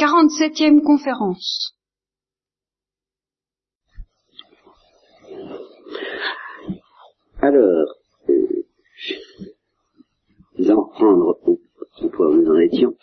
47e conférence. Alors, nous allons reprendre au point où nous en étions,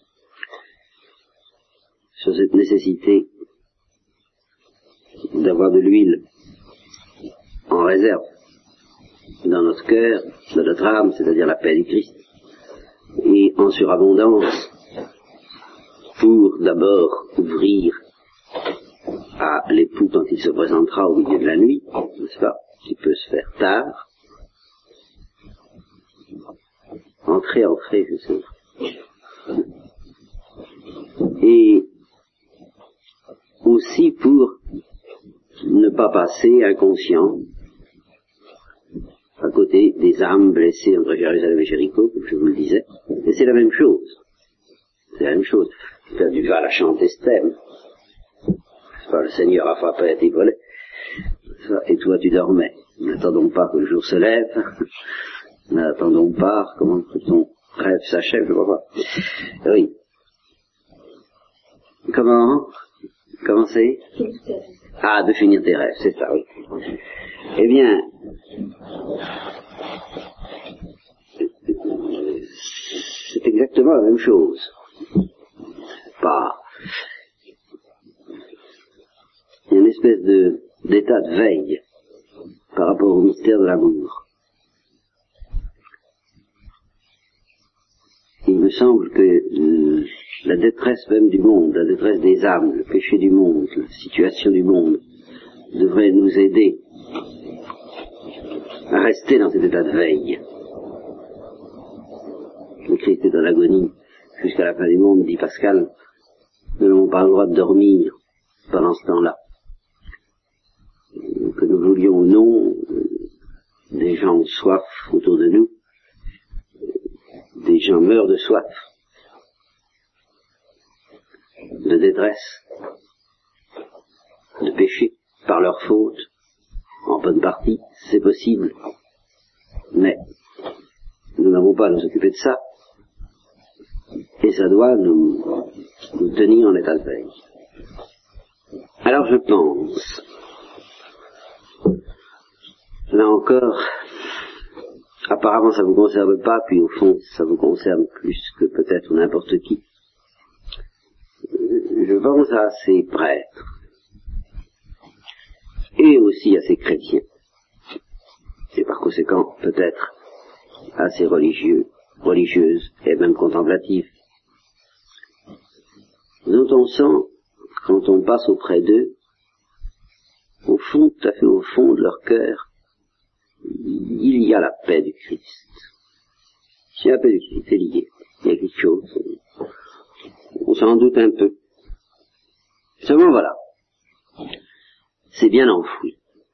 sur cette nécessité d'avoir de l'huile en réserve dans notre cœur, dans notre âme, c'est-à-dire la paix du Christ, et en surabondance, pour d'abord ouvrir à l'époux quand il se présentera au milieu de la nuit, n'est-ce pas, qui peut se faire tard. Entrez, je sais. Et aussi pour ne pas passer inconscient à côté des âmes blessées entre Jérusalem et Jéricho, comme je vous le disais. Et c'est la même chose. C'est la même chose. Faire du val à chanter ce thème. Le Seigneur a frappé à tes volets. Et toi tu dormais. N'attendons pas que le jour se lève. N'attendons pas que ton rêve s'achève, je vois pas. Oui. Comment c'est? Ah, de finir tes rêves, c'est ça, oui. Eh bien, c'est exactement la même chose. Il y a une espèce d'état de veille par rapport au mystère de l'amour. Il me semble que la détresse même du monde, la détresse des âmes, le péché du monde, la situation du monde, devrait nous aider à rester dans cet état de veille. Le Christ est dans l'agonie jusqu'à la fin du monde, dit Pascal. Nous n'avons pas le droit de dormir pendant ce temps-là. Que nous voulions ou non, des gens ont soif autour de nous, des gens meurent de soif, de détresse, de péché, par leur faute, en bonne partie, c'est possible, mais nous n'avons pas à nous occuper de ça, et ça doit nous tenir en état de veille. Alors je pense, là encore, apparemment ça vous concerne pas, puis au fond ça vous concerne plus que peut-être n'importe qui. Je pense à ces prêtres, et aussi à ces chrétiens, et par conséquent peut-être à ces religieux, religieuses, et même contemplatives, dont on sent, quand on passe auprès d'eux, au fond, tout à fait au fond de leur cœur, il y a la paix du Christ. Si la paix du Christ est liée, il y a quelque chose. On s'en doute un peu. Seulement voilà. C'est bien enfoui.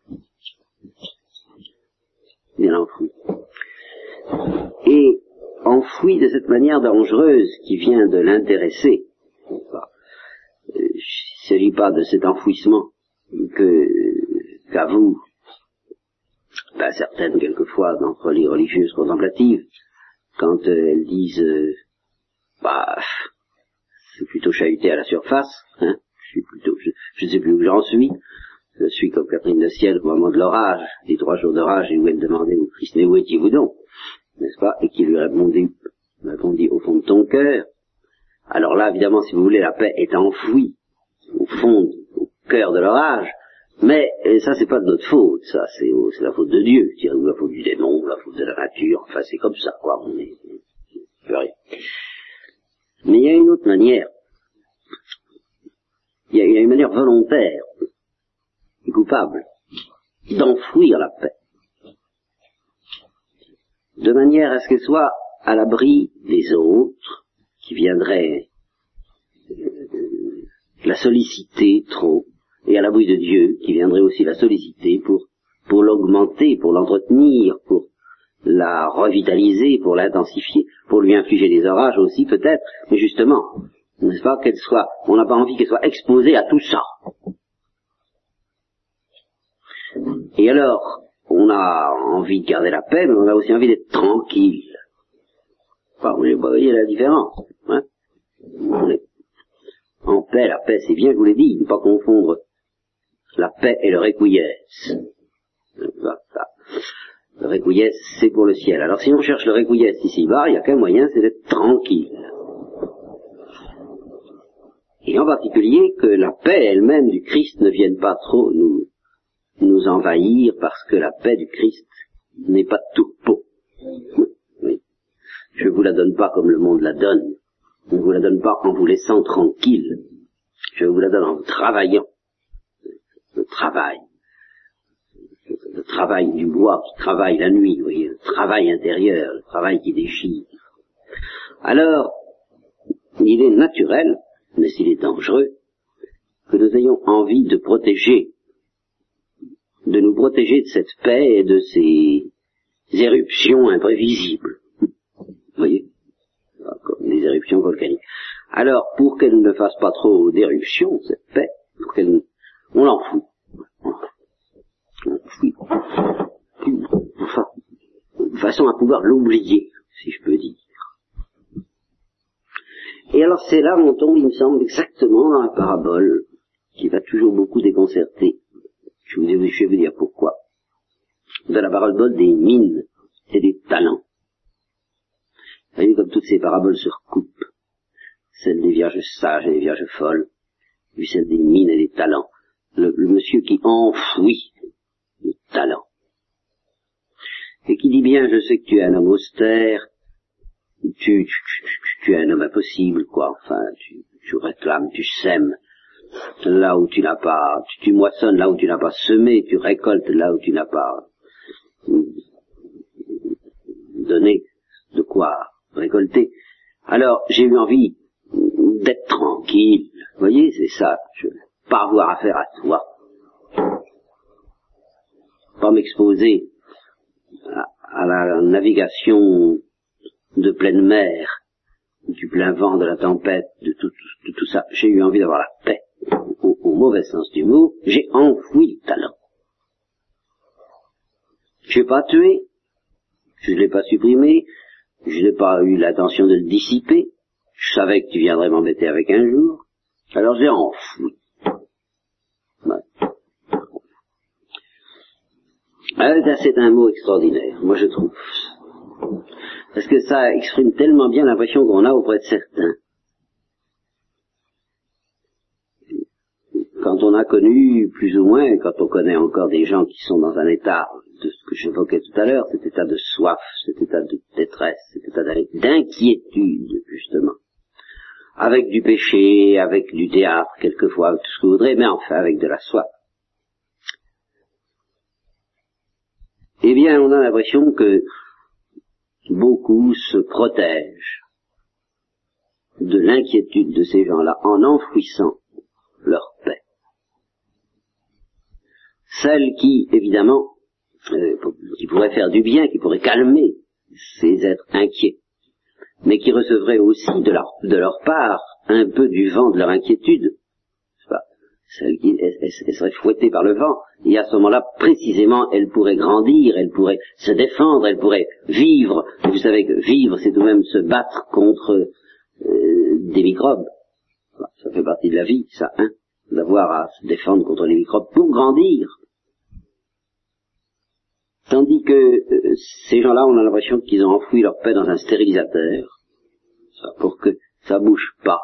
Bien enfoui. Et enfoui de cette manière dangereuse qui vient de l'intéresser. Il ne s'agit pas de cet enfouissement qu'avouent certaines quelquefois d'entre les religieuses contemplatives quand elles disent c'est plutôt chahuté à la surface, hein, je ne sais plus où j'en suis, je suis comme Catherine de Sienne au moment de l'orage, des 3 jours d'orage, et où elle demandait au Christ, mais où étiez-vous donc, n'est-ce pas, et qui lui répondit au fond de ton cœur. Alors là, évidemment, si vous voulez, la paix est enfouie au fond, au cœur de l'orage, mais ça c'est pas de notre faute, ça c'est la faute de Dieu, ou la faute du démon, ou la faute de la nature, enfin c'est comme ça, quoi, on est rien. Mais il y a une autre manière, il y a une manière volontaire, coupable, d'enfouir la paix, de manière à ce qu'elle soit à l'abri des autres, qui viendraient la solliciter trop, et à l'abri de Dieu, qui viendrait aussi la solliciter pour l'augmenter, pour l'entretenir, pour la revitaliser, pour l'intensifier, pour lui infliger des orages aussi peut-être, mais justement, n'est-ce pas, on n'a pas envie qu'elle soit exposée à tout ça. Et alors, on a envie de garder la paix, mais on a aussi envie d'être tranquille. Enfin, vous voyez la différence, hein? la paix c'est bien, je vous l'ai dit, ne pas confondre la paix et le requies. Le requies, c'est pour le ciel. Alors si on cherche le requies ici-bas, il n'y a qu'un moyen, c'est d'être tranquille. Et en particulier que la paix elle-même du Christ ne vienne pas trop nous envahir, parce que la paix du Christ n'est pas de tourpeau. Oui. Je ne vous la donne pas comme le monde la donne. Je ne vous la donne pas en vous laissant tranquille. Je vous la donne en travaillant. Le travail du bois qui travaille la nuit, vous voyez, le travail intérieur, le travail qui déchire. Alors, il est naturel, mais s'il est dangereux, que nous ayons envie de nous protéger de cette paix et de ces éruptions imprévisibles. Vous voyez, comme des éruptions volcaniques. Alors, pour qu'elle ne fasse pas trop d'éruptions, cette paix, on l'enfoue. Enfin, de façon à pouvoir l'oublier, si je peux dire. Et alors c'est là où on tombe, il me semble, exactement dans la parabole, qui va toujours beaucoup déconcerter. Je vais vous dire pourquoi. Dans la parabole des mines et des talents. Vous voyez comme toutes ces paraboles se recoupent. Celle des vierges sages et des vierges folles, puis celle des mines et des talents. Le monsieur qui enfouit le talent. Et qui dit bien, je sais que tu es un homme austère, tu es un homme impossible, quoi. Enfin, tu réclames, tu sèmes là où tu n'as pas, tu moissonnes là où tu n'as pas semé, tu récoltes là où tu n'as pas donné de quoi récolter. Alors, j'ai eu envie d'être tranquille. Vous voyez, c'est ça. Je ne veux pas avoir affaire à toi. Pas m'exposer à la navigation de pleine mer, du plein vent, de la tempête, de tout ça. J'ai eu envie d'avoir la paix. Au mauvais sens du mot, j'ai enfoui le talent. Je n'ai pas tué, je ne l'ai pas supprimé, je n'ai pas eu l'intention de le dissiper, je savais que tu viendrais m'embêter avec un jour, alors j'ai enfoui. Ouais. C'est un mot extraordinaire, moi je trouve. Parce que ça exprime tellement bien l'impression qu'on a auprès de certains. Quand on a connu, plus ou moins, quand on connaît encore des gens qui sont dans un état de ce que j'évoquais tout à l'heure, cet état de soif, cet état de détresse, cet état d'inquiétude, justement. Avec du péché, avec du théâtre, quelquefois, avec tout ce que vous voudrez, mais enfin avec de la soif. Eh bien, on a l'impression que beaucoup se protègent de l'inquiétude de ces gens-là en enfouissant leur paix. Celle qui, évidemment, qui pourrait faire du bien, qui pourrait calmer ces êtres inquiets, mais qui recevraient aussi de leur part un peu du vent de leur inquiétude. Celle qui elle serait fouettée par le vent, et à ce moment-là, précisément, elle pourrait grandir, elle pourrait se défendre, elle pourrait vivre. Vous savez que vivre, c'est tout de même se battre contre des microbes. Ça fait partie de la vie, ça, hein, d'avoir à se défendre contre les microbes pour grandir. Tandis que ces gens-là, on a l'impression qu'ils ont enfoui leur paix dans un stérilisateur, ça, pour que ça bouge pas.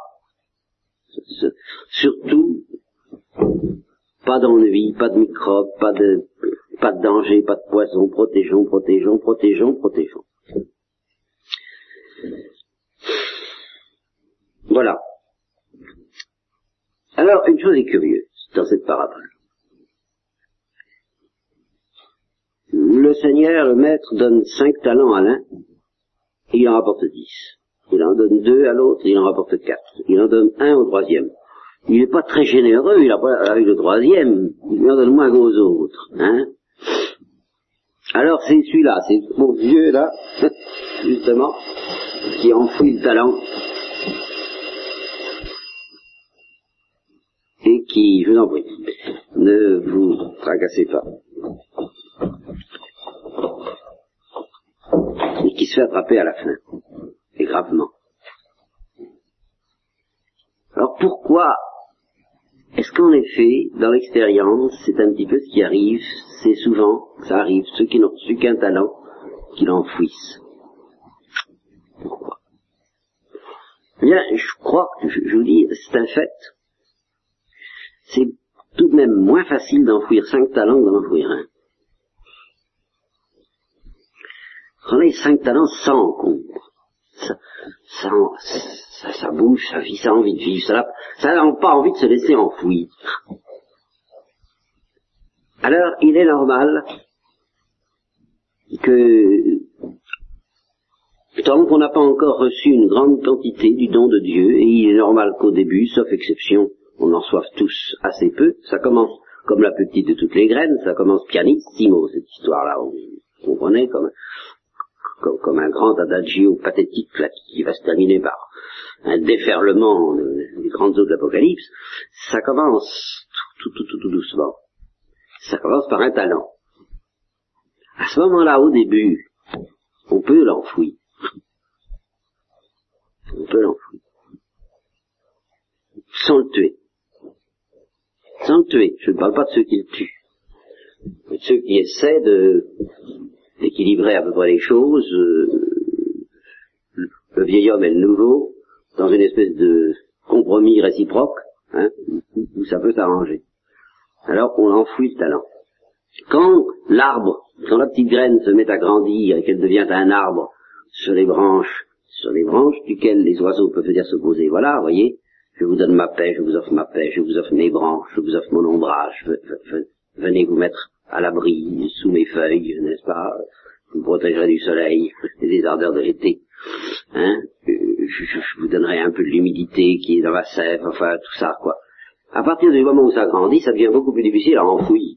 Surtout, pas d'ennui, pas de microbes, pas de danger, pas de poison, protégeons. Voilà. Alors, une chose est curieuse dans cette parabole. Le Seigneur, le Maître, donne 5 talents à l'un, et il en rapporte 10. Il en donne 2 à l'autre, il en rapporte 4. Il en donne 1 au troisième. Il n'est pas très généreux, il a pas, avec le troisième, il lui en donne moins qu'aux autres, hein. Alors c'est celui-là, c'est mon vieux là, justement, qui enfouit le talent, et qui, je vous en prie, ne vous tracassez pas, et qui se fait attraper à la fin, et gravement. Alors pourquoi est-ce qu'en effet, dans l'expérience, c'est un petit peu ce qui arrive, c'est souvent, ça arrive, ceux qui n'ont reçu qu'un talent, qui l'enfouissent. Pourquoi? Eh bien, je crois, je vous dis, c'est un fait. C'est tout de même moins facile d'enfouir 5 talents que d'en enfouir un. On a les 5 talents, ça encombre. Ça bouge, ça vit, ça a envie de vivre, ça n'a pas envie de se laisser enfouir. Alors, il est normal que, tant qu'on n'a pas encore reçu une grande quantité du don de Dieu, et il est normal qu'au début, sauf exception, on en reçoive tous assez peu, ça commence comme la plus petite de toutes les graines, ça commence pianissimo, cette histoire-là, vous comprenez, comme un grand adagio pathétique là, qui va se terminer par un déferlement des grandes eaux de l'Apocalypse. Ça commence tout doucement. Ça commence par un talent. À ce moment-là, au début, on peut l'enfouir. On peut l'enfouir. Sans le tuer. Sans le tuer. Je ne parle pas de ceux qui le tuent. Mais de ceux qui essaient d'équilibrer à peu près les choses, le vieil homme et le nouveau, dans une espèce de compromis réciproque, hein, où ça peut s'arranger. Alors on enfouit le talent. Quand l'arbre, quand la petite graine se met à grandir et qu'elle devient un arbre sur les branches duquel les oiseaux peuvent venir se poser, voilà, voyez, je vous donne ma paix, je vous offre ma paix, je vous offre mes branches, je vous offre mon ombrage, venez vous mettre à l'abri sous mes feuilles, n'est-ce pas? Je vous protégerai du soleil et des ardeurs de l'été. Hein? Je vous donnerai un peu de l'humidité qui est dans la sève, enfin tout ça, quoi. À partir du moment où ça grandit, ça devient beaucoup plus difficile à enfouir.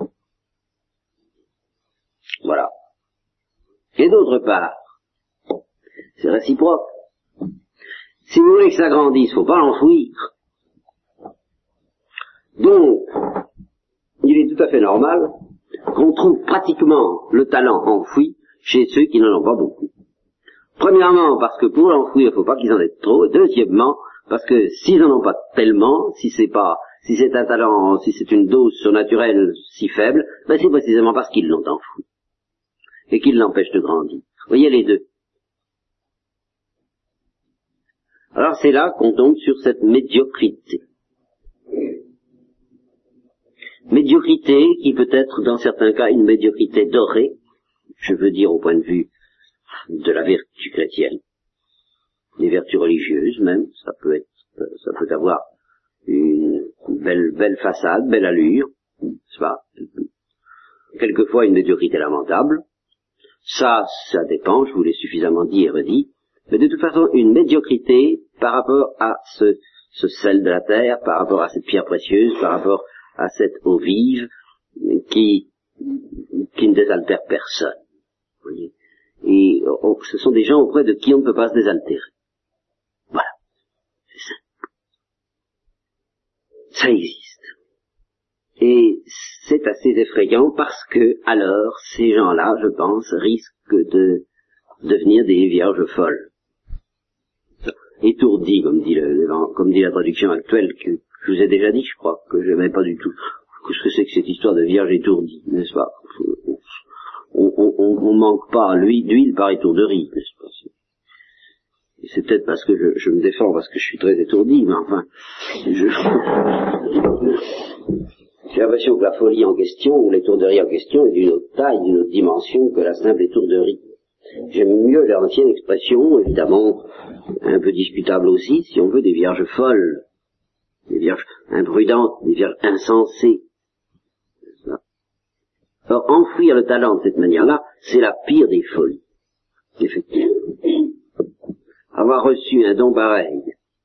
Voilà. Et d'autre part, c'est réciproque. Si vous voulez que ça grandisse, faut pas l'enfouir. Donc, il est tout à fait normal qu'on trouve pratiquement le talent enfoui chez ceux qui n'en ont pas beaucoup. Premièrement, parce que pour l'enfouir, il ne faut pas qu'ils en aient trop. Et deuxièmement, parce que s'ils n'en ont pas tellement, si c'est un talent, si c'est une dose surnaturelle si faible, ben c'est précisément parce qu'ils l'ont enfoui. Et qu'ils l'empêchent de grandir. Vous voyez les deux. Alors c'est là qu'on tombe sur cette médiocrité. Médiocrité qui peut être dans certains cas une médiocrité dorée, je veux dire au point de vue de la vertu chrétienne, des vertus religieuses même, ça peut avoir une belle façade, belle allure, c'est pas, quelquefois une médiocrité lamentable, ça dépend, je vous l'ai suffisamment dit et redit, mais de toute façon une médiocrité par rapport à ce sel de la terre, par rapport à cette pierre précieuse, par rapport à cette eau vive qui ne désaltère personne. Vous voyez. Et ce sont des gens auprès de qui on ne peut pas se désaltérer. Voilà. C'est ça. Ça existe. Et c'est assez effrayant parce que, alors, ces gens-là, je pense, risquent de devenir des vierges folles. Étourdis, comme dit la traduction actuelle, que je vous ai déjà dit, je crois, que je n'aimais pas du tout. Qu'est-ce que c'est que cette histoire de vierge étourdie, n'est-ce pas? On manque pas d'huile par étourderie, n'est-ce pas? Et c'est peut-être parce que je me défends, parce que je suis très étourdi, mais enfin, j'ai l'impression que la folie en question, ou l'étourderie en question, est d'une autre taille, d'une autre dimension que la simple étourderie. J'aime mieux l'ancienne expression, évidemment, un peu discutable aussi, si on veut, des vierges folles, des vierges imprudentes, des vierges insensées. Or, enfouir le talent de cette manière-là, c'est la pire des folies, effectivement. Avoir reçu un don pareil,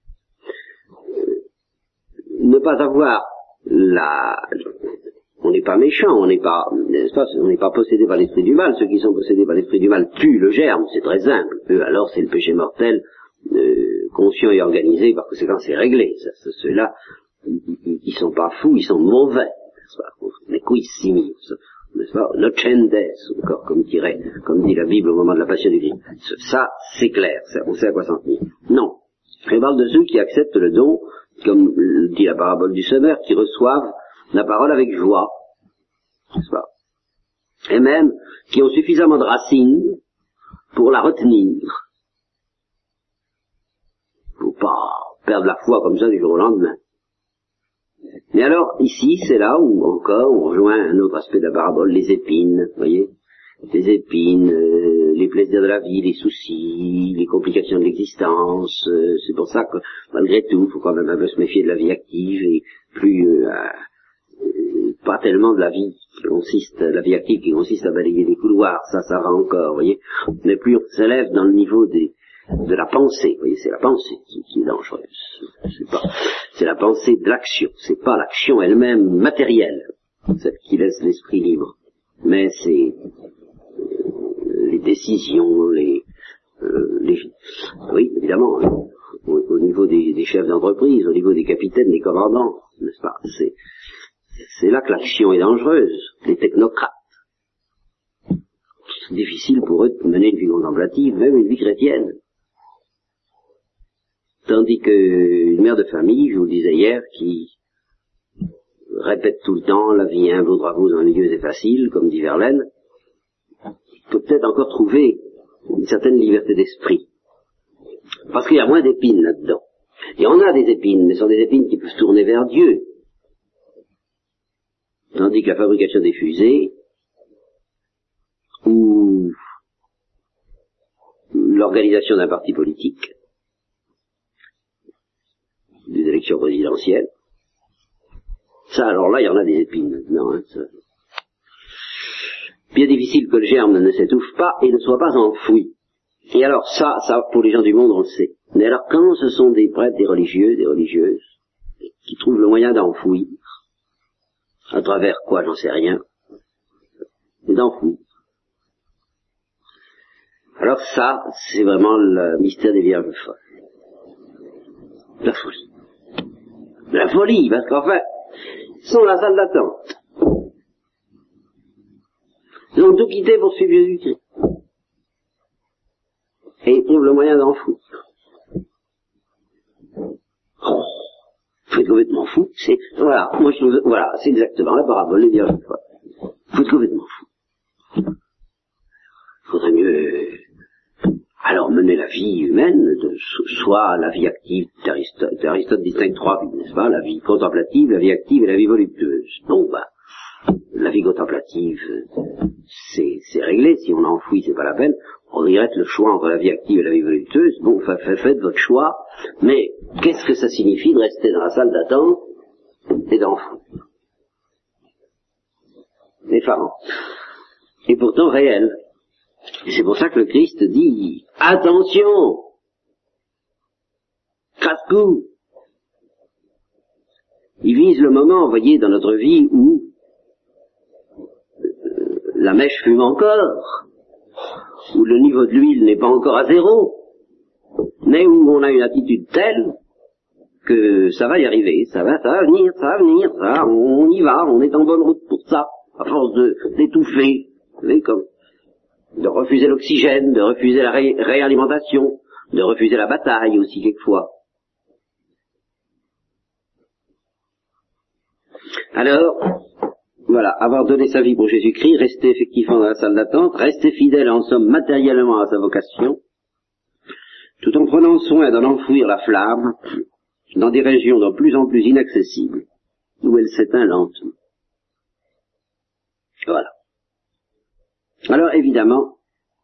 ne pas avoir on n'est pas méchant, on n'est pas possédé par l'esprit du mal. Ceux qui sont possédés par l'esprit du mal tuent le germe, c'est très simple. Eux, alors, c'est le péché mortel, conscient et organisé, par conséquent, c'est réglé. Ceux-là, ils sont pas fous, ils sont mauvais, n'est-ce pas? Nequissimi, n'est-ce pas? Nocendes, encore, comme dit la Bible au moment de la Passion du Christ. Ça, c'est clair, on sait à quoi s'en tenir. Non. Je parle de ceux qui acceptent le don comme dit la parabole du semeur, qui reçoivent la parole avec joie, n'est-ce pas? Et même qui ont suffisamment de racines pour la retenir, pour pas perdre la foi comme ça du jour au lendemain. Mais alors, ici, c'est là où encore on rejoint un autre aspect de la parabole, les épines, vous voyez, les épines, les plaisirs de la vie, les soucis, les complications de l'existence. C'est pour ça que, malgré tout, il faut quand même un peu se méfier de la vie active et plus pas tellement de la vie la vie active qui consiste à balayer des couloirs, ça va encore, vous voyez. Mais plus on s'élève dans le niveau de la pensée, vous voyez, c'est la pensée qui est dangereuse. C'est la pensée de l'action, c'est pas l'action elle-même matérielle, celle qui laisse l'esprit libre, mais c'est les décisions, oui, évidemment, au niveau des chefs d'entreprise, au niveau des capitaines, des commandants, n'est-ce pas, c'est là que l'action est dangereuse, les technocrates. C'est difficile pour eux de mener une vie contemplative, même une vie chrétienne. Tandis qu'une mère de famille, je vous le disais hier, qui répète tout le temps, la vie humble aux travaux ennuyeux et facile, comme dit Verlaine, peut peut-être encore trouver une certaine liberté d'esprit. Parce qu'il y a moins d'épines là-dedans. Et on a des épines, mais ce sont des épines qui peuvent tourner vers Dieu. Tandis que la fabrication des fusées, ou l'organisation d'un parti politique, des élections présidentielles, ça, alors là, il y en a des épines maintenant. Bien difficile que le germe ne s'étouffe pas et ne soit pas enfoui. Et alors ça, pour les gens du monde, on le sait. Mais alors quand ce sont des prêtres, des religieux, des religieuses, qui trouvent le moyen d'enfouir, à travers quoi, j'en sais rien, mais d'enfouir. Alors ça, c'est vraiment le mystère des Vierges folles. La folie. La folie, parce qu'enfin, ils sont la salle d'attente. Ils ont tout quitté pour suivre Jésus-Christ. Et ils trouvent le moyen d'enfouir. Oh, faut être complètement fou. Voilà, moi je trouve, voilà, c'est exactement la parabole des Vierges folles. Faut être complètement fou. Faudrait mieux, alors mener la vie humaine, soit la vie active, Aristote distingue trois vies, n'est-ce pas? La vie contemplative, la vie active et la vie voluptueuse. Donc, la vie contemplative, c'est réglé, si on enfouit, c'est pas la peine. On regrette le choix entre la vie active et la vie voluptueuse. Bon, faites votre choix, mais qu'est-ce que ça signifie de rester dans la salle d'attente et d'enfouir? Effarant. Et pourtant réel. Et c'est pour ça que le Christ dit, attention, casse-cou. Il vise le moment, vous voyez, dans notre vie où la mèche fume encore, où le niveau de l'huile n'est pas encore à zéro, mais où on a une attitude telle que ça va y arriver, ça va venir, on y va, on est en bonne route pour ça, à force d'étouffer, vous savez, comme de refuser l'oxygène, de refuser la réalimentation, de refuser la bataille aussi quelquefois. Alors, voilà, avoir donné sa vie pour Jésus-Christ, rester effectivement dans la salle d'attente, rester fidèle en somme matériellement à sa vocation, tout en prenant soin d'en enfouir la flamme dans des régions de plus en plus inaccessibles, où elle s'éteint lentement. Voilà. Alors évidemment,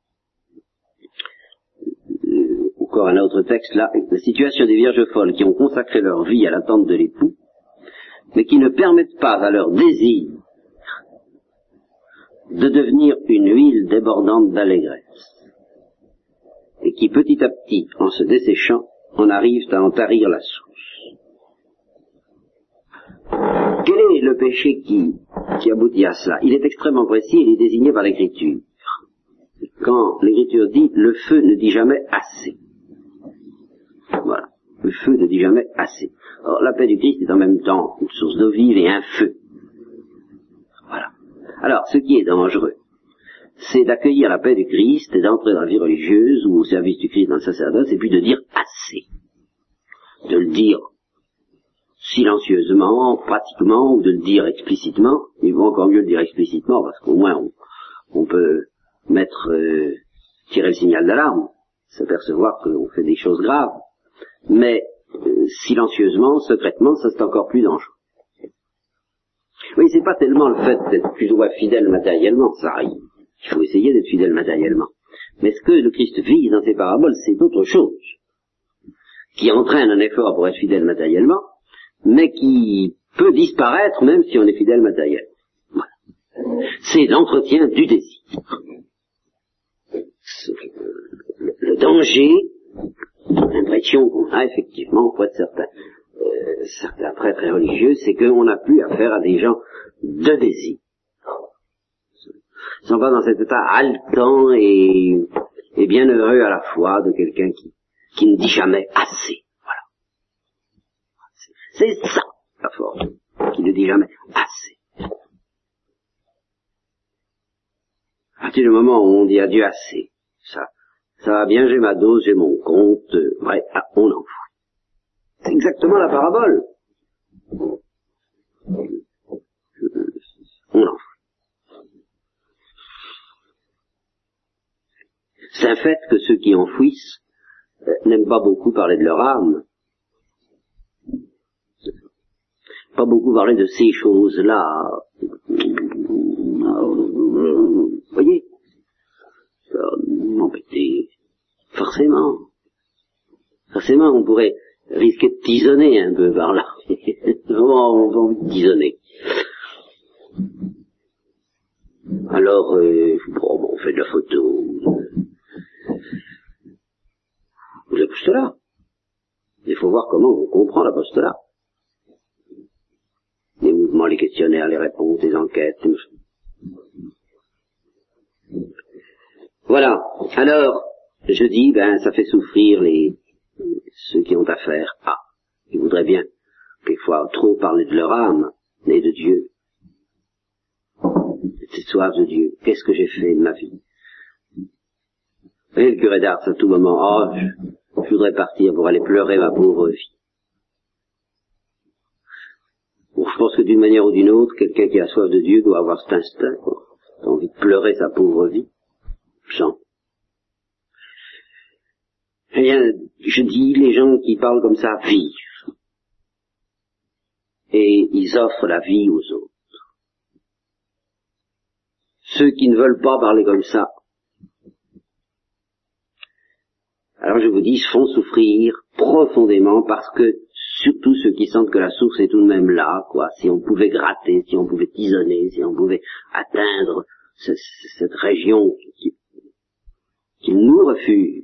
encore un autre texte là, la situation des vierges folles qui ont consacré leur vie à l'attente de l'époux, mais qui ne permettent pas à leur désir de devenir une huile débordante d'allégresse, et qui petit à petit, en se desséchant, en arrivent à en tarir la source. Quel est le péché qui aboutit à cela? Il est extrêmement précis, il est désigné par l'Écriture. Quand l'Écriture dit, le feu ne dit jamais assez. Voilà, le feu ne dit jamais assez. Alors, la paix du Christ est en même temps une source d'eau vive et un feu. Voilà. Alors, ce qui est dangereux, c'est d'accueillir la paix du Christ et d'entrer dans la vie religieuse ou au service du Christ dans le sacerdoce, et puis de dire assez. De le dire silencieusement, pratiquement, ou de le dire explicitement. Il vaut encore mieux le dire explicitement, parce qu'au moins on peut tirer le signal d'alarme, s'apercevoir qu'on fait des choses graves. Mais silencieusement, secrètement, ça c'est encore plus dangereux. Oui, c'est pas tellement le fait d'être plus ou moins fidèle matériellement, ça arrive. Il faut essayer d'être fidèle matériellement. Mais ce que le Christ vise dans ses paraboles, c'est autre chose, qui entraîne un effort pour être fidèle matériellement, mais qui peut disparaître même si on est fidèle matériellement. Voilà. C'est l'entretien du désir. Le danger, l'impression qu'on a effectivement auprès de certains prêtres et religieux, c'est qu'on n'a plus affaire à des gens de désir. Ils ne sont pas dans cet état haletant et bienheureux à la fois de quelqu'un qui ne dit jamais assez. Voilà. C'est ça, la force, qui ne dit jamais assez. À partir du moment où on dit à Dieu assez, ça va bien, j'ai ma dose, j'ai mon compte, on en fout. C'est exactement la parabole. On en fout. C'est un fait que ceux qui enfouissent n'aiment pas beaucoup parler de leur âme. Pas beaucoup parler de ces choses-là. Vous voyez, ça m'embêter. Forcément, on pourrait risquer de tisonner un peu par là. Vraiment, on a envie de tisonner. Alors, on fait de la photo, de l'apostolat. Il faut voir comment on comprend l'apostolat. Les mouvements, les questionnaires, les réponses, les enquêtes. Voilà. Alors, je dis, ça fait souffrir ceux qui ont affaire à. Ils voudraient bien, quelquefois, trop parler de leur âme, et de Dieu. Cette soif de Dieu. Qu'est-ce que j'ai fait de ma vie? Vous voyez, le curé d'Ars, à tout moment, je voudrais partir pour aller pleurer ma pauvre vie. Bon, je pense que d'une manière ou d'une autre, quelqu'un qui a soif de Dieu doit avoir cet instinct, quoi. Il a envie de pleurer sa pauvre vie. Je sens. Eh bien, je dis, les gens qui parlent comme ça vivent. Et ils offrent la vie aux autres. Ceux qui ne veulent pas parler comme ça, alors je vous dis, se font souffrir profondément parce que, surtout ceux qui sentent que la source est tout de même là, quoi. Si on pouvait gratter, si on pouvait tisonner, si on pouvait atteindre cette région qu'ils nous refusent.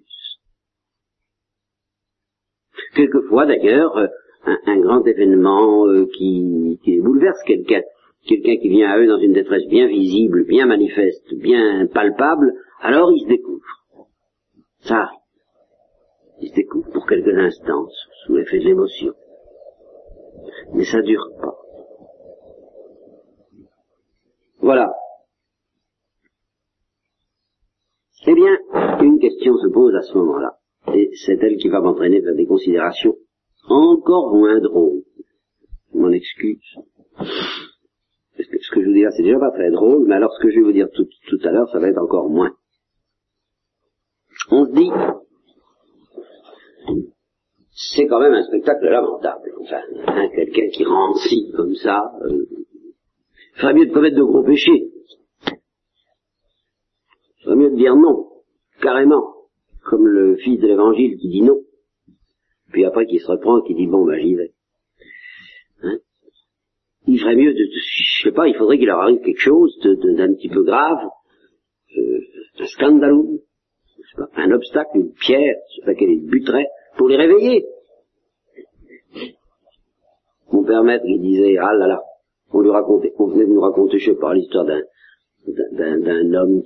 Quelquefois d'ailleurs, un grand événement qui bouleverse quelqu'un qui vient à eux dans une détresse bien visible, bien manifeste, bien palpable, alors ils se découvrent. Ça arrive. Ils se découvrent pour quelques instants, sous l'effet de l'émotion. Mais ça dure pas. Voilà. Eh bien, une question se pose à ce moment-là. Et c'est elle qui va m'entraîner vers des considérations encore moins drôles. Je m'en excuse. Ce que je vous dis là, c'est déjà pas très drôle, mais alors ce que je vais vous dire tout à l'heure, ça va être encore moins. On se dit, c'est quand même un spectacle lamentable. Enfin, quelqu'un qui rancit comme ça, il ferait mieux de commettre de gros péchés. Il ferait mieux de dire non, carrément, comme le fils de l'évangile qui dit non, puis après qui se reprend, qui dit bon, j'y vais. Hein? Il ferait mieux je sais pas, il faudrait qu'il leur arrive quelque chose d'un petit peu grave, un scandalum, un obstacle, une pierre sur laquelle ils buteraient pour les réveiller. Mon père maître, il disait, ah là là, on venait de nous raconter, je sais pas, l'histoire d'un homme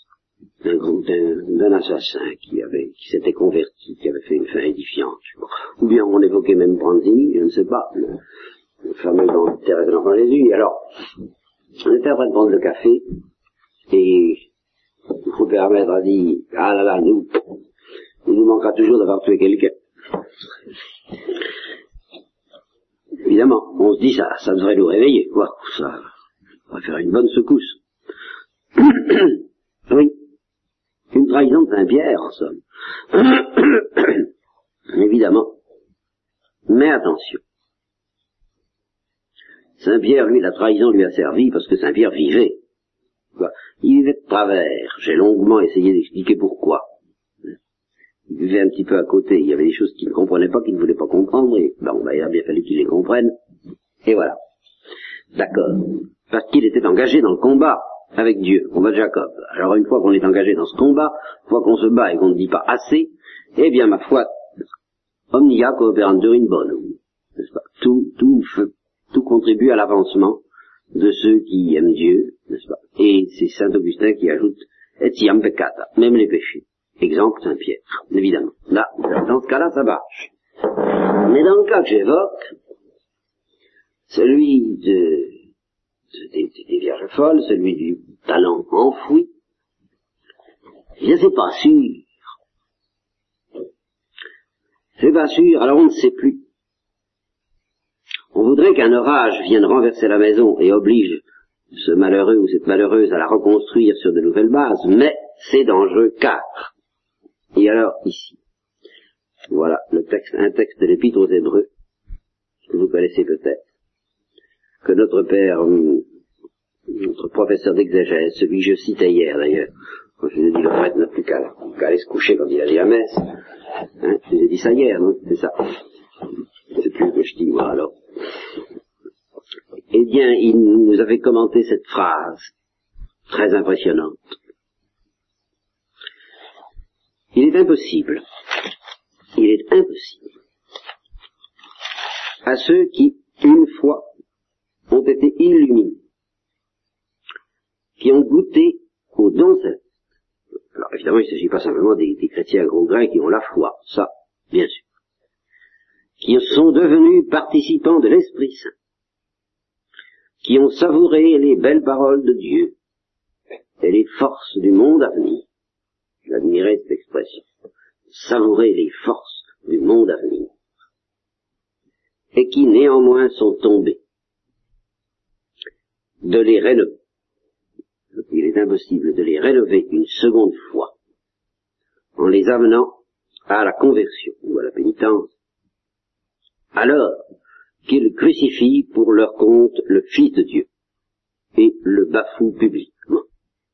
d'un assassin qui s'était converti, qui avait fait une fin édifiante. Ou bien on évoquait même Pranzini, je ne sais pas, le fameux Thérèse de l'Enfant Jésus. Alors, on était en train de prendre le café, et mon père maître a dit, ah là là, il nous manquera toujours d'avoir tué quelqu'un. évidemment, on se dit ça devrait nous réveiller, quoi. Ça va faire une bonne secousse. Oui, une trahison de Saint-Pierre, en somme. Évidemment. Mais attention. Saint-Pierre, lui, la trahison lui a servi parce que Saint-Pierre vivait. Il vivait de travers. J'ai longuement essayé d'expliquer pourquoi. Il vivait un petit peu à côté. Il y avait des choses qu'il ne comprenait pas, qu'il ne voulait pas comprendre, et il a bien fallu qu'il les comprenne. Et voilà. D'accord. Parce qu'il était engagé dans le combat avec Dieu, combat de Jacob. Alors une fois qu'on est engagé dans ce combat, une fois qu'on se bat et qu'on ne dit pas assez, eh bien, ma foi, omnia cooperantur in bonum. N'est-ce pas? Tout contribue à l'avancement de ceux qui aiment Dieu, n'est-ce pas? Et c'est saint Augustin qui ajoute etiam peccata, même les péchés. Exemple Saint-Pierre, évidemment. Là, dans ce cas-là, ça marche. Mais dans le cas que j'évoque, celui des vierges folles, celui du talent enfoui, je sais pas sûr. C'est pas sûr, alors on ne sait plus. On voudrait qu'un orage vienne renverser la maison et oblige ce malheureux ou cette malheureuse à la reconstruire sur de nouvelles bases, mais c'est dangereux car. Et alors, ici, voilà le texte, un texte de l'Épître aux Hébreux, que vous connaissez peut-être, que notre père, notre professeur d'exégèse, celui que je citais hier d'ailleurs, quand je vous ai dit le prêtre n'a plus qu'à aller se coucher quand il a dit la messe, hein, je vous ai dit ça hier, non? C'est ça. C'est plus ce que je dis, moi, alors. Eh bien, il nous avait commenté cette phrase, très impressionnante. Il est impossible à ceux qui, une fois, ont été illuminés, qui ont goûté aux dons célestes. Alors évidemment, il ne s'agit pas simplement des chrétiens gros grains qui ont la foi, ça, bien sûr, qui sont devenus participants de l'Esprit Saint, qui ont savouré les belles paroles de Dieu et les forces du monde à venir. J'admirais cette expression. Savourer les forces du monde à venir. Et qui néanmoins sont tombés. De les rénover. Il est impossible de les rénover une seconde fois en les amenant à la conversion ou à la pénitence, alors qu'ils crucifient pour leur compte le Fils de Dieu et le bafouent publiquement.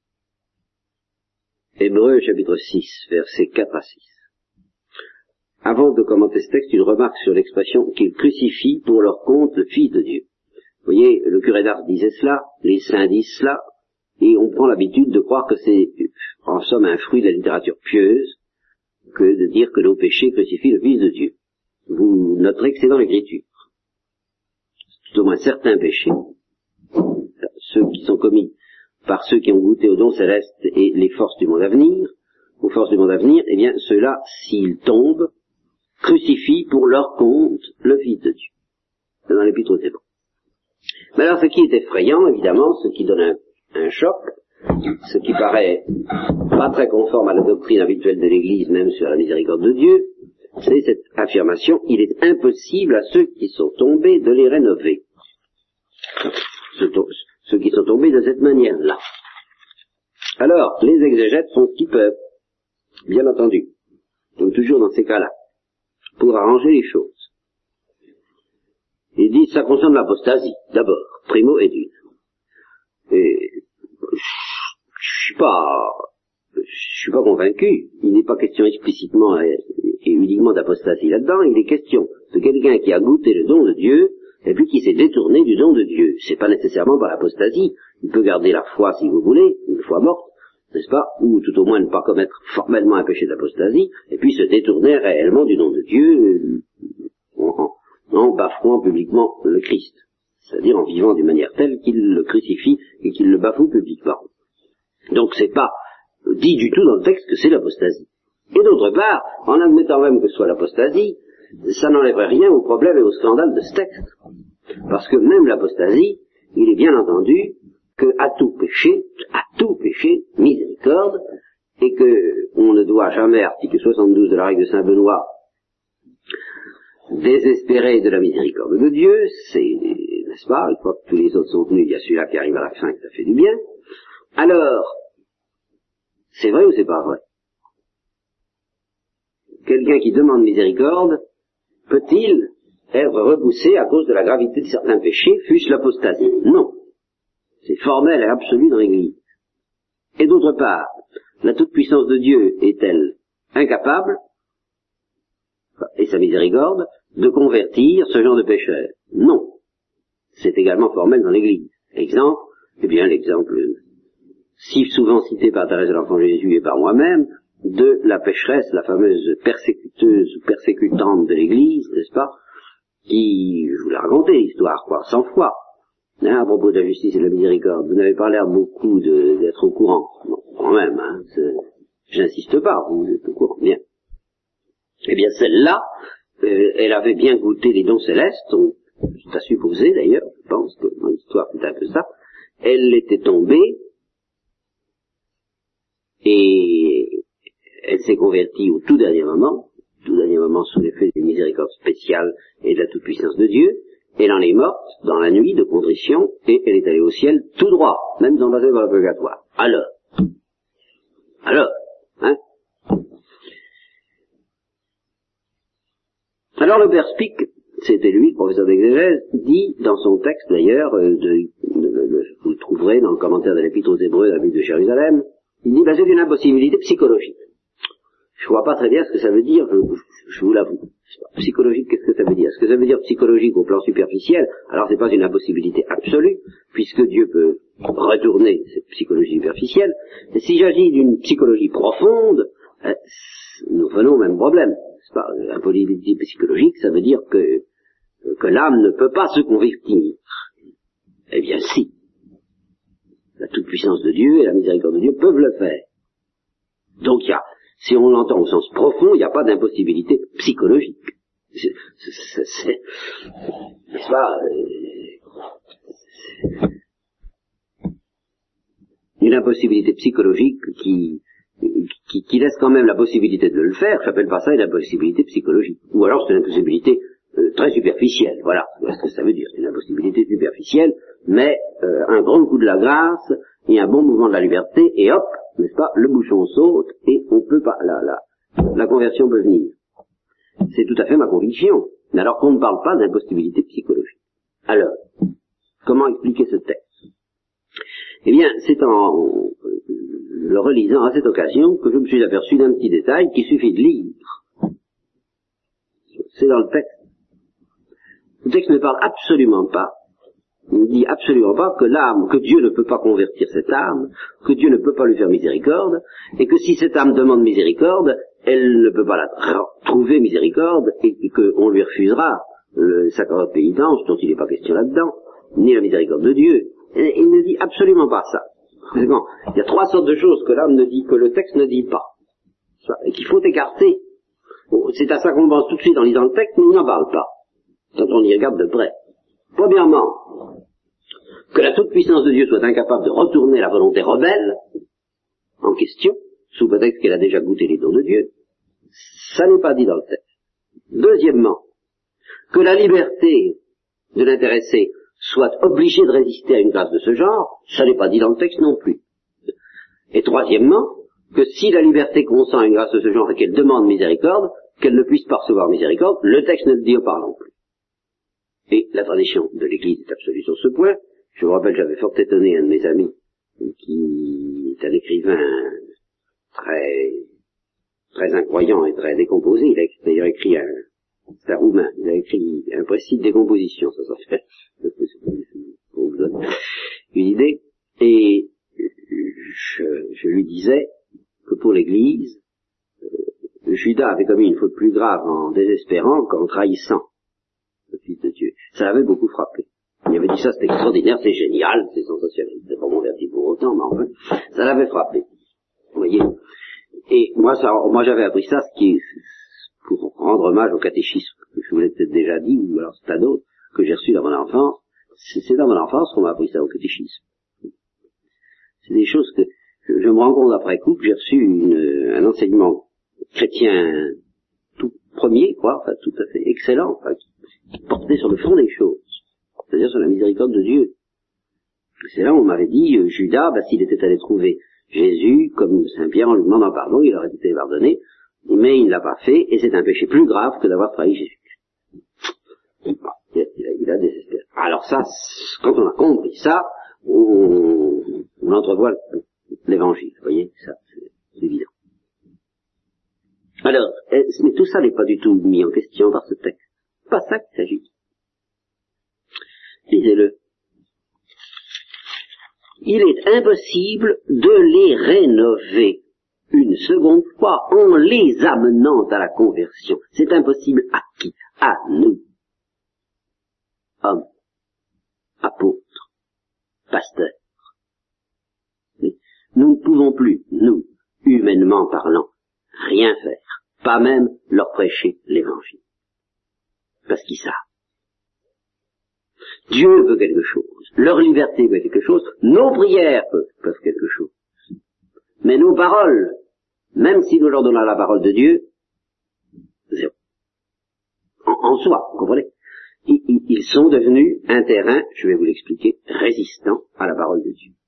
Hébreux chapitre 6, versets 4 à 6. Avant de commenter ce texte, une remarque sur l'expression qu'ils crucifient pour leur compte le Fils de Dieu. Vous voyez, le curé d'Ars disait cela, les saints disent cela, et on prend l'habitude de croire que c'est en somme un fruit de la littérature pieuse que de dire que nos péchés crucifient le Fils de Dieu. Vous noterez que c'est dans l'Écriture. Tout au moins certains péchés, ceux qui sont commis par ceux qui ont goûté aux dons célestes et les forces du monde à venir, aux forces du monde à venir, eh bien, ceux-là, s'ils tombent, crucifient pour leur compte le Fils de Dieu. C'est dans l'Épître aux Hébreux. Mais alors, ce qui est effrayant, évidemment, ce qui donne un choc, ce qui paraît pas très conforme à la doctrine habituelle de l'Église, même sur la miséricorde de Dieu, c'est cette affirmation, il est impossible à ceux qui sont tombés de les rénover. Ceux qui sont tombés de cette manière-là. Alors, les exégètes font ce qu'ils peuvent, bien entendu, comme toujours dans ces cas-là, pour arranger les choses. Ils disent ça concerne l'apostasie, d'abord, primo et d'une. Et je suis pas convaincu. Il n'est pas question explicitement et uniquement d'apostasie là-dedans. Il est question de quelqu'un qui a goûté le don de Dieu et puis qui s'est détourné du don de Dieu. C'est pas nécessairement par l'apostasie. Il peut garder la foi si vous voulez, une foi morte, n'est-ce pas, ou tout au moins ne pas commettre formellement un péché d'apostasie, et puis se détourner réellement du don de Dieu en bafouant publiquement le Christ, c'est-à-dire en vivant d'une manière telle qu'il le crucifie et qu'il le bafoue publiquement. Donc c'est pas dit du tout dans le texte que c'est l'apostasie. Et d'autre part, en admettant même que ce soit l'apostasie, ça n'enlèverait rien au problème et au scandale de ce texte. Parce que même l'apostasie, il est bien entendu que à tout péché, miséricorde, et que on ne doit jamais, article 72 de la règle de Saint Benoît, désespéré de la miséricorde de Dieu, c'est, n'est-ce pas, une fois que tous les autres sont venus, il y a celui-là qui arrive à la fin, que ça fait du bien. Alors, c'est vrai ou c'est pas vrai? Quelqu'un qui demande miséricorde, peut-il être repoussé à cause de la gravité de certains péchés, fût-ce l'apostasie? Non. C'est formel et absolu dans l'Église. Et d'autre part, la toute-puissance de Dieu est-elle incapable, et sa miséricorde, de convertir ce genre de pécheurs? Non. C'est également formel dans l'Église. Exemple, eh bien l'exemple si souvent cité par Thérèse de l'Enfant Jésus et par moi-même, de la pécheresse, la fameuse persécuteuse ou persécutante de l'Église, n'est-ce pas, qui, je vous l'ai raconté l'histoire, 100 fois, à propos de la justice et de la miséricorde. Vous n'avez pas l'air beaucoup d'être au courant. Non, quand même, j'insiste pas, vous êtes au courant, bien. Eh bien, celle-là, elle avait bien goûté les dons célestes, c'est à supposer d'ailleurs, je pense que dans l'histoire c'est un peu ça, elle était tombée, et elle s'est convertie au tout dernier moment sous l'effet d'une miséricorde spéciale et de la toute-puissance de Dieu. Elle en est morte dans la nuit de contrition, et elle est allée au ciel tout droit, même dans le purgatoire. Alors, Alors le père Spic, c'était lui, le professeur d'exégèse, dit dans son texte d'ailleurs, vous le trouverez dans le commentaire de l'Épître aux Hébreux de la ville de Jérusalem, il dit, c'est une impossibilité psychologique. Je vois pas très bien ce que ça veut dire, je vous l'avoue. Psychologique, qu'est-ce que ça veut dire? Ce que ça veut dire psychologique au plan superficiel, alors c'est pas une impossibilité absolue, puisque Dieu peut retourner cette psychologie superficielle, mais s'il s'agit d'une psychologie profonde, nous venons au même problème. C'est pas impossibilité psychologique, ça veut dire que l'âme ne peut pas se convertir. Eh bien si. La toute-puissance de Dieu et la miséricorde de Dieu peuvent le faire. Donc si on l'entend au sens profond, il n'y a pas d'impossibilité psychologique. N'est-ce pas, une impossibilité psychologique qui laisse quand même la possibilité de le faire, j'appelle pas ça une impossibilité psychologique. Ou alors c'est une impossibilité très superficielle, voilà ce que ça veut dire, c'est une impossibilité superficielle, mais un grand coup de la grâce et un bon mouvement de la liberté, et hop, n'est-ce pas, le bouchon saute, et on peut pas, la conversion peut venir. C'est tout à fait ma conviction, mais alors qu'on ne parle pas d'impossibilité psychologique. Alors, comment expliquer ce texte? Eh bien, c'est en le relisant à cette occasion que je me suis aperçu d'un petit détail qu'il suffit de lire. C'est dans le texte. Le texte ne parle absolument pas, ne dit absolument pas que l'âme, que Dieu ne peut pas convertir cette âme, que Dieu ne peut pas lui faire miséricorde, et que si cette âme demande miséricorde, elle ne peut pas la trouver miséricorde, et qu'on lui refusera le sacrement de pénitence, dont il n'est pas question là-dedans, ni la miséricorde de Dieu. Et il ne dit absolument pas ça. Bon, il y a 3 sortes de choses que l'âme ne dit, que le texte ne dit pas, et qu'il faut écarter. C'est à ça qu'on pense tout de suite en lisant le texte, mais il n'en parle pas, quand on y regarde de près. Premièrement, que la toute-puissance de Dieu soit incapable de retourner la volonté rebelle en question, sous prétexte qu'elle a déjà goûté les dons de Dieu, ça n'est pas dit dans le texte. Deuxièmement, que la liberté de l'intéressé soit obligée de résister à une grâce de ce genre, ça n'est pas dit dans le texte non plus. Et troisièmement, que si la liberté consent à une grâce de ce genre et qu'elle demande miséricorde, qu'elle ne puisse pas recevoir miséricorde, le texte ne le dit pas non plus. Et la tradition de l'Église est absolue sur ce point. Je vous rappelle, j'avais fort étonné un de mes amis, qui est un écrivain très incroyant et très décomposé. Il a d'ailleurs écrit c'est un roumain, il a écrit un précis de décomposition, ça fait, pour vous donner une idée. Et je lui disais que pour l'Église, Judas avait commis une faute plus grave en désespérant qu'en trahissant le Fils de Dieu. Ça l'avait beaucoup frappé. Il avait dit ça, c'est extraordinaire, c'est génial, c'est sensationnel. Il n'était pas converti pour autant, mais enfin, ça l'avait frappé. Vous voyez. Et moi j'avais appris ça, ce qui est, pour rendre hommage au catéchisme, que je vous l'ai peut-être déjà dit, ou alors c'est un autre, que j'ai reçu dans mon enfance. C'est dans mon enfance qu'on m'a appris ça au catéchisme. C'est des choses que je me rends compte après coup que j'ai reçu un enseignement chrétien tout premier, quoi, enfin, tout à fait excellent, enfin, qui portait sur le fond des choses, c'est-à-dire sur la miséricorde de Dieu. Et c'est là où on m'avait dit, Judas, s'il était allé trouver Jésus, comme Saint-Pierre, en lui demandant pardon, il aurait été pardonné, mais il ne l'a pas fait, et c'est un péché plus grave que d'avoir trahi Jésus. Il a désespéré. Alors ça, quand on a compris ça, on entrevoit l'évangile, vous voyez, ça, c'est évident. Alors, mais tout ça n'est pas du tout mis en question par ce texte. C'est pas ça qu'il s'agit. Lisez-le. Il est impossible de les rénover une seconde fois en les amenant à la conversion. C'est impossible à qui? À nous. Hommes, apôtres, pasteurs. Nous ne pouvons plus, nous, humainement parlant, rien faire, pas même leur prêcher l'évangile. Parce qu'ils savent. Dieu veut quelque chose, leur liberté veut quelque chose, nos prières peuvent quelque chose. Mais nos paroles, même si nous leur donnons la parole de Dieu, zéro. En soi, vous comprenez? Ils sont devenus un terrain, je vais vous l'expliquer, résistant à la parole de Dieu.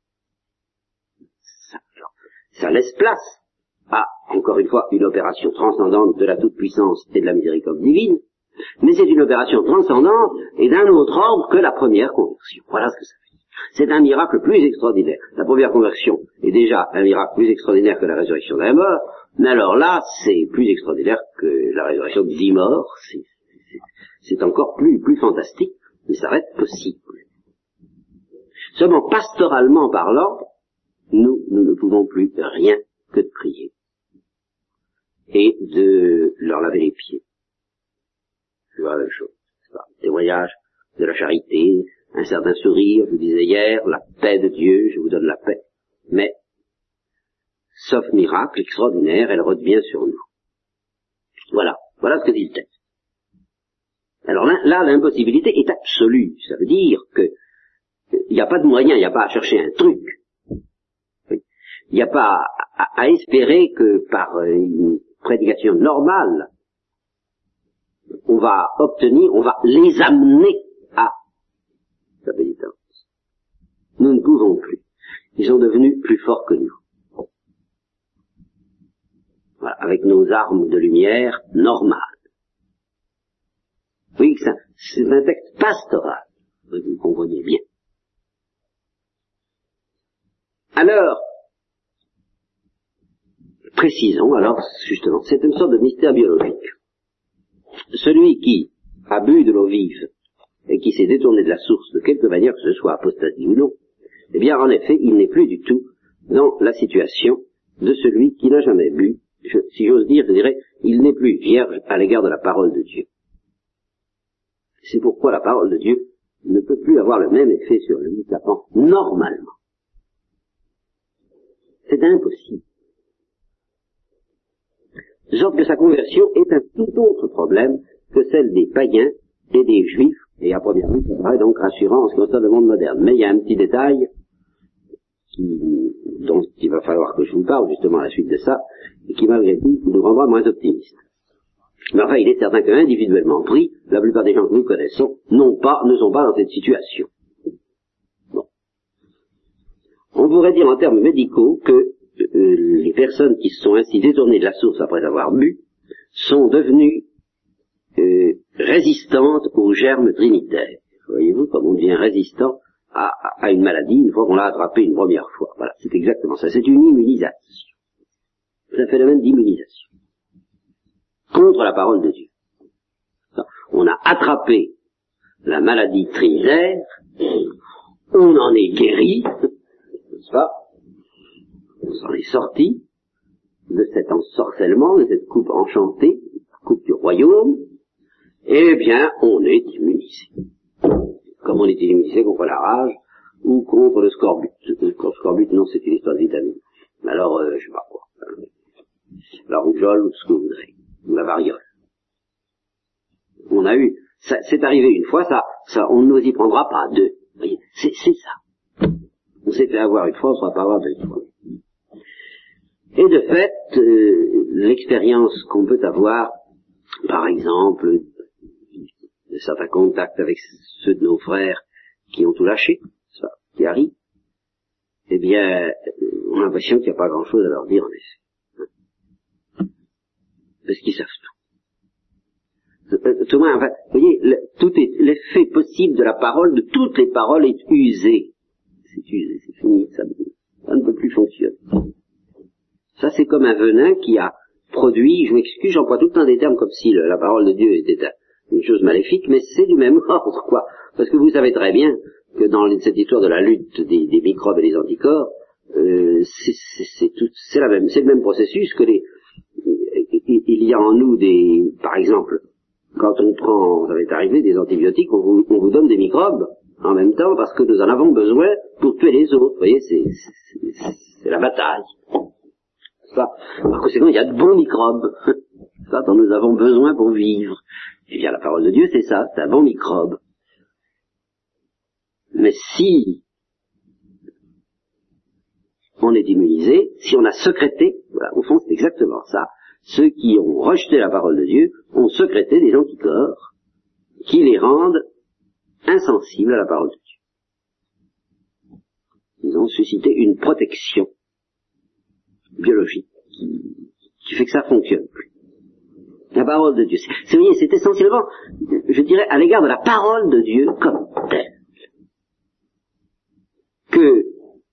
Ça laisse place à, encore une fois, une opération transcendante de la toute-puissance et de la miséricorde divine, mais c'est une opération transcendante et d'un autre ordre que la première conversion. Voilà ce que ça fait. C'est un miracle plus extraordinaire. La première conversion est déjà un miracle plus extraordinaire que la résurrection d'un mort, mais alors là, c'est plus extraordinaire que la résurrection de 10 morts. C'est encore plus fantastique, mais ça reste possible. Seulement, pastoralement parlant, nous ne pouvons plus rien que de prier et de leur laver les pieds. C'est la même chose. Témoignage de la charité, un certain sourire, je vous disais hier, la paix de Dieu, je vous donne la paix. Mais, sauf miracle extraordinaire, elle revient sur nous. Voilà ce que dit le texte. Alors là, l'impossibilité est absolue. Ça veut dire que il n'y a pas de moyen, il n'y a pas à chercher un truc. Il n'y a pas à espérer que par une prédication normale, on va les amener à la pénitence. Nous ne pouvons plus. Ils sont devenus plus forts que nous. Voilà, avec nos armes de lumière normales. Vous voyez que c'est un texte pastoral, vous compreniez bien. Alors, précisons, justement, c'est une sorte de mystère biologique. Celui qui a bu de l'eau vive et qui s'est détourné de la source de quelque manière que ce soit apostasie ou non, eh bien, en effet, il n'est plus du tout dans la situation de celui qui n'a jamais bu. Si j'ose dire, je dirais, il n'est plus vierge à l'égard de la parole de Dieu. C'est pourquoi la parole de Dieu ne peut plus avoir le même effet sur le handicapant normalement. C'est impossible. De sorte que sa conversion est un tout autre problème que celle des païens et des juifs, et à première vue, ça paraît donc rassurant en ce qui concerne le monde moderne. Mais il y a un petit détail dont il va falloir que je vous parle justement à la suite de ça, et qui malgré tout nous rendra moins optimistes. Mais enfin, il est certain qu'individuellement pris, la plupart des gens que nous connaissons ne sont pas dans cette situation. Bon. On pourrait dire en termes médicaux que les personnes qui se sont ainsi détournées de la source après avoir bu sont devenues résistantes aux germes trinitaires. Voyez-vous, comme on devient résistant à une maladie une fois qu'on l'a attrapée une première fois. Voilà, c'est exactement ça. C'est une immunisation. C'est un phénomène d'immunisation contre la parole de Dieu. On a attrapé la maladie trinitaire, on en est guéri, n'est-ce pas? On s'en est sorti de cet ensorcellement, de cette coupe enchantée, la coupe du royaume, eh bien, on est immunisé. Comme on est immunisé contre la rage ou contre le scorbut. Le scorbut, non, c'est une histoire de vitamine. Alors, je sais pas quoi. La rougeole ou ce que vous voudrez. Ou la variole. On a eu, c'est arrivé une fois, ça, on ne nous y prendra pas deux. Vous voyez, c'est ça. On s'est fait avoir une fois, on ne sera pas avoir deux fois. Et de fait, l'expérience qu'on peut avoir, par exemple, de certains contacts avec ceux de nos frères qui ont tout lâché, ça, qui arrivent, eh bien, on a l'impression qu'il n'y a pas grand-chose à leur dire, en effet. Parce qu'ils savent tout. Tout moins, enfin, vous voyez, tout est, l'effet possible de la parole, de toutes les paroles est usé. C'est usé, c'est fini, ça ne peut plus fonctionner. Ça, c'est comme un venin qui a produit, je m'excuse, j'emploie tout le temps des termes comme si la parole de Dieu était une chose maléfique, mais c'est du même ordre, quoi. Parce que vous savez très bien que dans cette histoire de la lutte des microbes et des anticorps, c'est le même processus que il y a en nous par exemple, quand on prend, ça va être arrivé, des antibiotiques, on vous donne des microbes en même temps parce que nous en avons besoin pour tuer les autres. Vous voyez, c'est la bataille. Ça, par conséquent, il y a de bons microbes, ça, dont nous avons besoin pour vivre. Eh bien, la parole de Dieu, c'est ça, c'est un bon microbe. Mais si on est immunisé, si on a sécrété, voilà, au fond, c'est exactement ça. Ceux qui ont rejeté la parole de Dieu ont sécrété des anticorps qui les rendent insensibles à la parole de Dieu. Ils ont suscité une protection biologique qui fait que ça fonctionne plus. La parole de Dieu, c'est essentiellement, je dirais, à l'égard de la parole de Dieu comme telle, que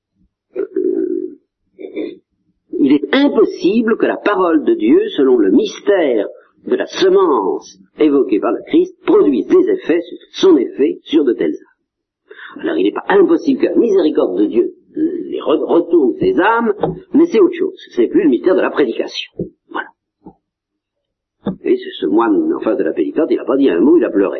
il est impossible que la parole de Dieu, selon le mystère de la semence évoquée par le Christ, produise des effets, son effet, sur de telles âmes. Alors il n'est pas impossible que la miséricorde de Dieu les retourne ces âmes, mais c'est autre chose. Ce n'est plus le mystère de la prédication. Voilà. Et ce moine en face de la pénitente, il n'a pas dit un mot, il a pleuré.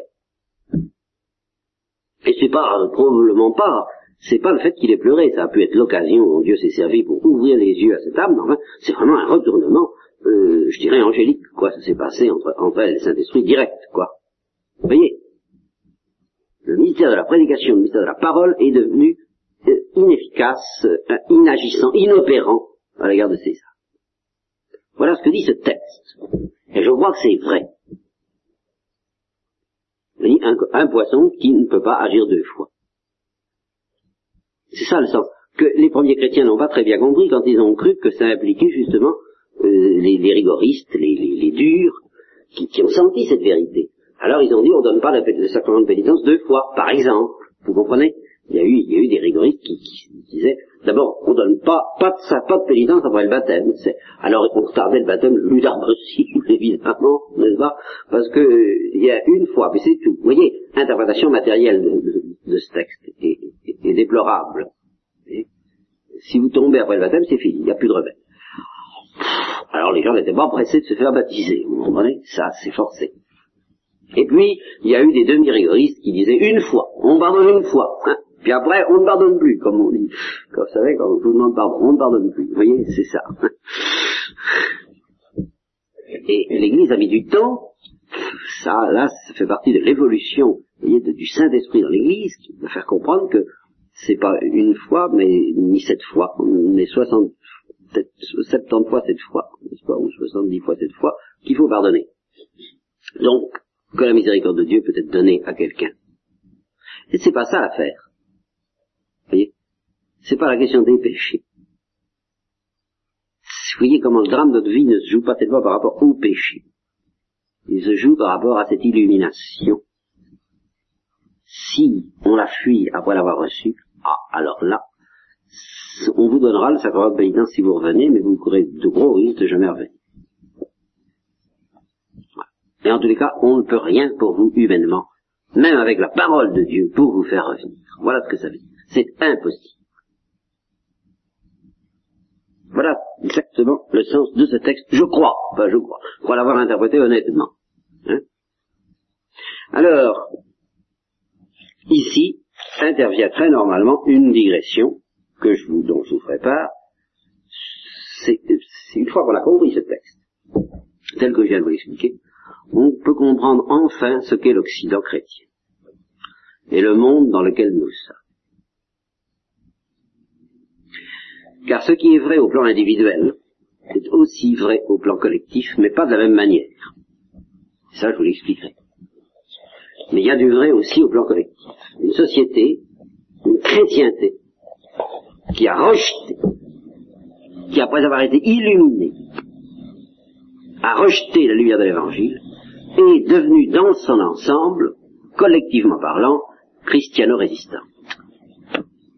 Et c'est probablement pas le fait qu'il ait pleuré, ça a pu être l'occasion dont Dieu s'est servi pour ouvrir les yeux à cette âme, mais enfin, c'est vraiment un retournement, je dirais angélique, quoi, ça s'est passé entre elle et le Saint-Esprit direct, quoi. Vous voyez? Le mystère de la prédication, le mystère de la parole est devenu inefficace, inagissant, inopérant à l'égard de ces âmes. Voilà ce que dit ce texte. Et je crois que c'est vrai. Un poisson qui ne peut pas agir deux fois. C'est ça le sens. Que les premiers chrétiens n'ont pas très bien compris quand ils ont cru que ça impliquait justement les rigoristes, les durs, qui ont senti cette vérité. Alors ils ont dit on donne pas le sacrement de pénitence deux fois, par exemple. Vous comprenez? Il y a eu des rigoristes qui disaient d'abord on donne pas de pénitence après le baptême. Alors on retardait le baptême le plus tard possible, évidemment, n'est-ce pas? Parce que il y a une fois, mais c'est tout. Vous voyez, l'interprétation matérielle de ce texte est déplorable. Et si vous tombez après le baptême, c'est fini, il n'y a plus de remède. Alors les gens n'étaient pas pressés de se faire baptiser, vous comprenez? Ça, c'est forcé. Et puis, il y a eu des demi-rigoristes qui disaient une fois, on pardonne une fois, hein, puis après, on ne pardonne plus, comme on dit. Comme vous savez, quand tout le monde pardonne, on ne pardonne plus. Vous voyez, c'est ça. Et l'Église a mis du temps, ça fait partie de l'évolution, vous voyez, du Saint-Esprit dans l'Église, qui va faire comprendre que c'est pas une fois, mais ni 7 fois, mais 70 fois 7 fois, n'est-ce pas, ou 70 fois 7 fois, qu'il faut pardonner. Donc, que la miséricorde de Dieu peut être donnée à quelqu'un. Et c'est pas ça l'affaire. Vous voyez? C'est pas la question des péchés. Vous voyez comment le drame de notre vie ne se joue pas tellement par rapport au péché. Il se joue par rapport à cette illumination. Si on la fuit après l'avoir reçue, alors là, on vous donnera le sacrement de pénitence si vous revenez, mais vous courez de gros risques de jamais revenir. Et en tous les cas, on ne peut rien pour vous humainement, même avec la parole de Dieu, pour vous faire revenir. Voilà ce que ça veut dire. C'est impossible. Voilà exactement le sens de ce texte. Je crois l'avoir interprété honnêtement. Hein? Alors, ici, intervient très normalement une digression dont je vous ferai part. C'est une fois qu'on a compris ce texte, tel que je viens de vous l'expliquer, on peut comprendre enfin ce qu'est l'Occident chrétien et le monde dans lequel nous sommes. Car ce qui est vrai au plan individuel est aussi vrai au plan collectif, mais pas de la même manière. Ça, je vous l'expliquerai. Mais il y a du vrai aussi au plan collectif. Une société, une chrétienté, qui a rejeté, qui après avoir été illuminée, a rejeté la lumière de l'Évangile, est devenue dans son ensemble, collectivement parlant, christiano-résistant. Voyez-vous ?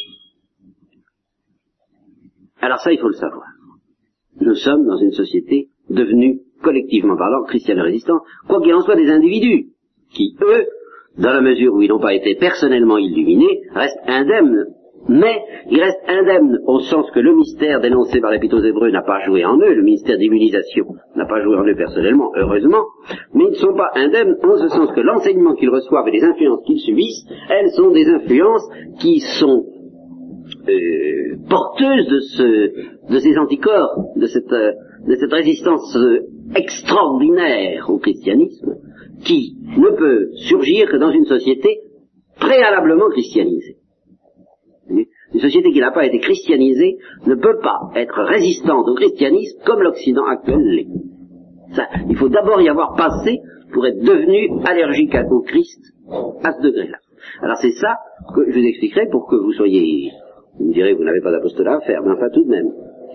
Alors ça, il faut le savoir. Nous sommes dans une société devenue, collectivement parlant, christiano-résistant, quoi qu'il en soit des individus, qui, eux, dans la mesure où ils n'ont pas été personnellement illuminés, restent indemnes. Mais ils restent indemnes au sens que le mystère dénoncé par l'Épître aux Hébreux n'a pas joué en eux, le mystère d'immunisation n'a pas joué en eux personnellement, heureusement, mais ils ne sont pas indemnes en ce sens que l'enseignement qu'ils reçoivent et les influences qu'ils subissent, elles sont des influences qui sont porteuses de ces anticorps, de cette résistance extraordinaire au christianisme, qui ne peut surgir que dans une société préalablement christianisée. Une société qui n'a pas été christianisée ne peut pas être résistante au christianisme comme l'Occident actuel l'est. Ça, il faut d'abord y avoir passé pour être devenu allergique au Christ à ce degré-là. Alors c'est ça que je vous expliquerai pour que vous soyez... Vous me direz que vous n'avez pas d'apostolat à faire, mais enfin tout de même.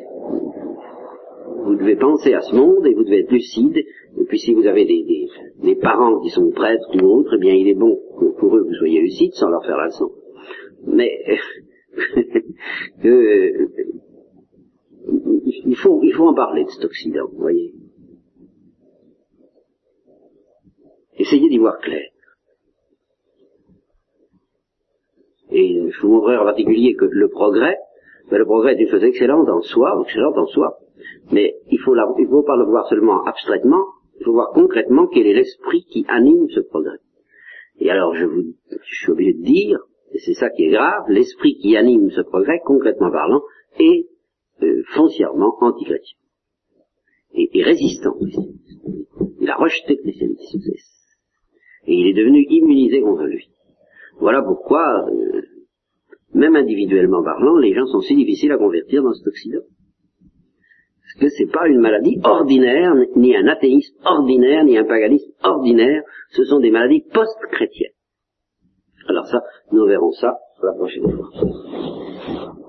Vous devez penser à ce monde et vous devez être lucide. Et puis si vous avez des parents qui sont prêtres ou autres, eh bien il est bon que pour eux vous soyez lucides sans leur faire la leçon. Mais il faut en parler de cet Occident, vous voyez. Essayez d'y voir clair. Et je vous montrerai en particulier que le progrès est une chose excellente en soi, mais il faut pas le voir seulement abstraitement, il faut voir concrètement quel est l'esprit qui anime ce progrès. Et alors je suis obligé de dire, et c'est ça qui est grave, l'esprit qui anime ce progrès, concrètement parlant, est foncièrement antichrétien. Et résistant au christianisme. Il a rejeté le christianisme. Et il est devenu immunisé contre lui. Voilà pourquoi, même individuellement parlant, les gens sont si difficiles à convertir dans cet Occident. Parce que c'est pas une maladie ordinaire, ni un athéisme ordinaire, ni un paganisme ordinaire, ce sont des maladies post-chrétiennes. Alors ça, nous verrons ça la prochaine fois.